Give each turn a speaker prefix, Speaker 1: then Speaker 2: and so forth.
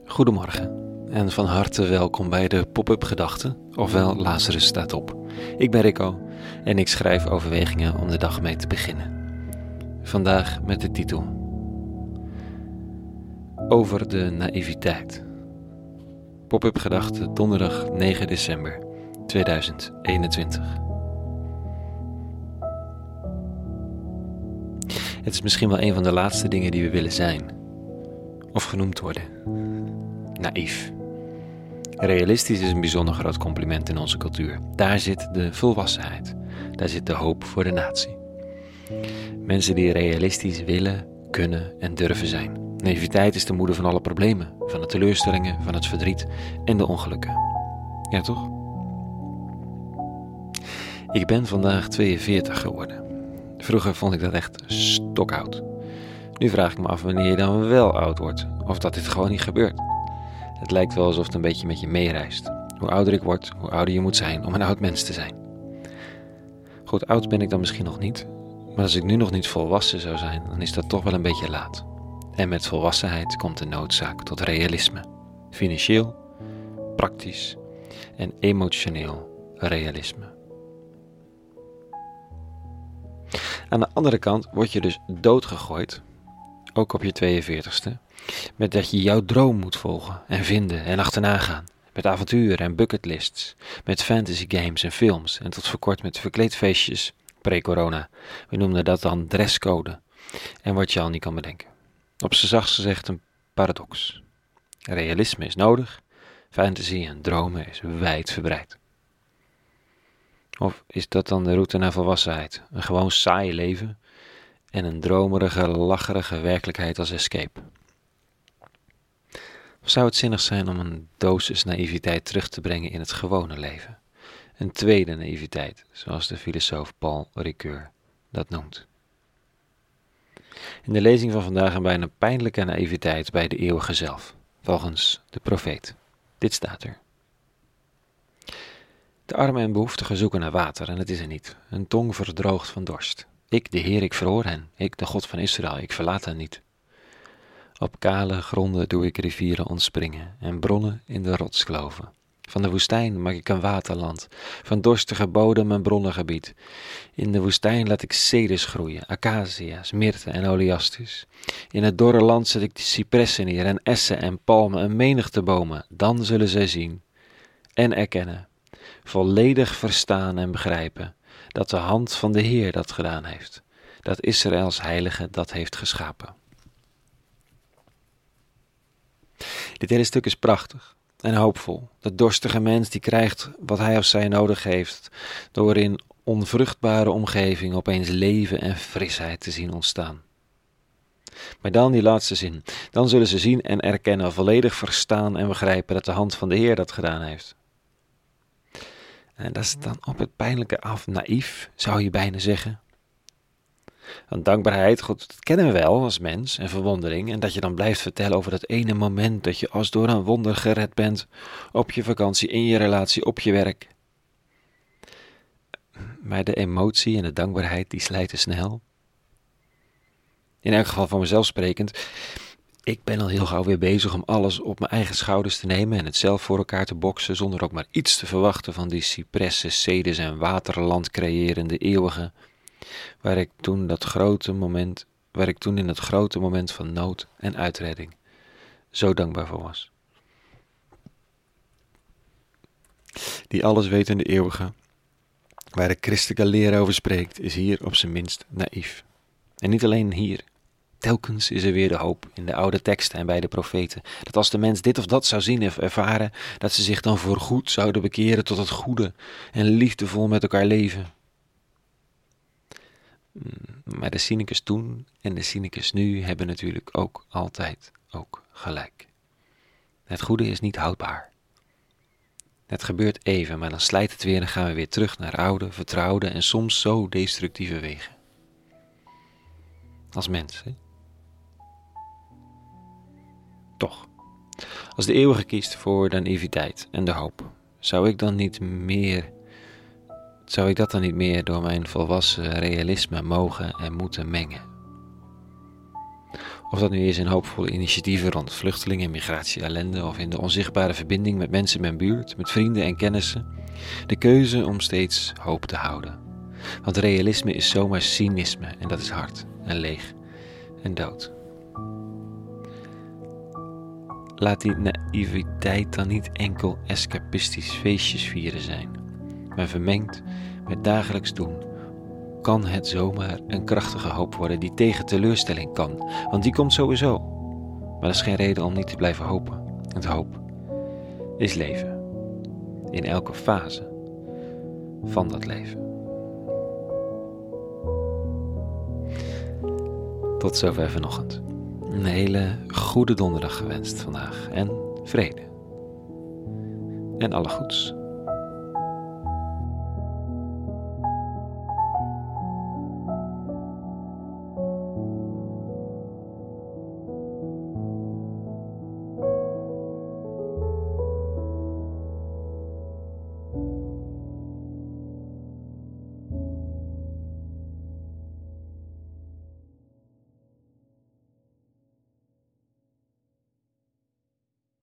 Speaker 1: Goedemorgen en van harte welkom bij de Pop-up Gedachten, ofwel Lazarus staat op. Ik ben Rico en ik schrijf overwegingen om de dag mee te beginnen. Vandaag met de titel Over de naïviteit. Pop-up Gedachten, donderdag 9 december 2021. Het is misschien wel een van de laatste dingen die we willen zijn, of genoemd worden. Naïef. Realistisch is een bijzonder groot compliment in onze cultuur. Daar zit de volwassenheid. Daar zit de hoop voor de natie. Mensen die realistisch willen, kunnen en durven zijn. Naïviteit is de moeder van alle problemen, van de teleurstellingen, van het verdriet en de ongelukken. Ja, toch? Ik ben vandaag 42 geworden. Vroeger vond ik dat echt stokoud. Nu vraag ik me af wanneer je dan wel oud wordt, of dat dit gewoon niet gebeurt. Het lijkt wel alsof het een beetje met je meereist. Hoe ouder ik word, hoe ouder je moet zijn om een oud mens te zijn. Goed, oud ben ik dan misschien nog niet, maar als ik nu nog niet volwassen zou zijn, dan is dat toch wel een beetje laat. En met volwassenheid komt de noodzaak tot realisme. Financieel, praktisch en emotioneel realisme. Aan de andere kant word je dus doodgegooid, ook op je 42ste, met dat je jouw droom moet volgen en vinden en achterna gaan. Met avonturen en bucketlists, met fantasy games en films en tot voor kort met verkleedfeestjes, pre-corona. We noemden dat dan dresscode en wat je al niet kan bedenken. Op z'n zachtst gezegd een paradox. Realisme is nodig, fantasy en dromen is wijdverbreid. Of is dat dan de route naar volwassenheid? Een gewoon saai leven en een dromerige, lacherige werkelijkheid als escape. Of zou het zinnig zijn om een dosis naïviteit terug te brengen in het gewone leven? Een tweede naïviteit, zoals de filosoof Paul Ricoeur dat noemt. In de lezing van vandaag een bijna pijnlijke naïviteit bij de eeuwige zelf, volgens de profeet. Dit staat er. De armen en behoeftigen zoeken naar water en het is er niet. Hun tong verdroogt van dorst. Ik, de Heer, ik verhoor hen. Ik, de God van Israël, ik verlaat hen niet. Op kale gronden doe ik rivieren ontspringen en bronnen in de rotskloven. Van de woestijn maak ik een waterland, van dorstige bodem een bronnengebied. In de woestijn laat ik ceders groeien, acacia's, myrten en oleasters. In het dorre land zet ik de cipressen neer en essen en palmen en menigte bomen. Dan zullen zij zien en erkennen, volledig verstaan en begrijpen, dat de hand van de Heer dat gedaan heeft, dat Israëls heilige dat heeft geschapen. Dit hele stuk is prachtig en hoopvol. De dorstige mens die krijgt wat hij of zij nodig heeft, door in onvruchtbare omgeving opeens leven en frisheid te zien ontstaan. Maar dan die laatste zin. Dan zullen ze zien en erkennen, volledig verstaan en begrijpen dat de hand van de Heer dat gedaan heeft. En dat is dan op het pijnlijke af naïef, zou je bijna zeggen. Want dankbaarheid, goed, dat kennen we wel als mens en verwondering. En dat je dan blijft vertellen over dat ene moment dat je als door een wonder gered bent. Op je vakantie, in je relatie, op je werk. Maar de emotie en de dankbaarheid die slijten snel. In elk geval van mezelf sprekend. Ik ben al heel gauw weer bezig om alles op mijn eigen schouders te nemen en het zelf voor elkaar te boksen, zonder ook maar iets te verwachten van die cipressen, ceders en waterland creërende eeuwige, waar ik toen in dat grote moment van nood en uitredding zo dankbaar voor was. Die alleswetende eeuwige, waar de christelijke leer over spreekt, is hier op zijn minst naïef. En niet alleen hier. Telkens is er weer de hoop in de oude teksten en bij de profeten, dat als de mens dit of dat zou zien of ervaren, dat ze zich dan voorgoed zouden bekeren tot het goede en liefdevol met elkaar leven. Maar de cynicus toen en de cynicus nu hebben natuurlijk ook altijd gelijk. Het goede is niet houdbaar. Het gebeurt even, maar dan slijt het weer en gaan we weer terug naar oude, vertrouwde en soms zo destructieve wegen. Als mens, hè? Toch, als de eeuwige kiest voor de naïviteit en de hoop, zou ik dat dan niet meer door mijn volwassen realisme mogen en moeten mengen? Of dat nu is in hoopvolle initiatieven rond vluchtelingen en migratie, ellende, of in de onzichtbare verbinding met mensen in mijn buurt, met vrienden en kennissen. De keuze om steeds hoop te houden. Want realisme is zomaar cynisme en dat is hard en leeg en dood. Laat die naïviteit dan niet enkel escapistisch feestjes vieren zijn, maar vermengd met dagelijks doen kan het zomaar een krachtige hoop worden die tegen teleurstelling kan, want die komt sowieso. Maar dat is geen reden om niet te blijven hopen. Want hoop is leven, in elke fase van dat leven. Tot zover vanochtend. Een hele goede donderdag gewenst vandaag en vrede. En alle goeds.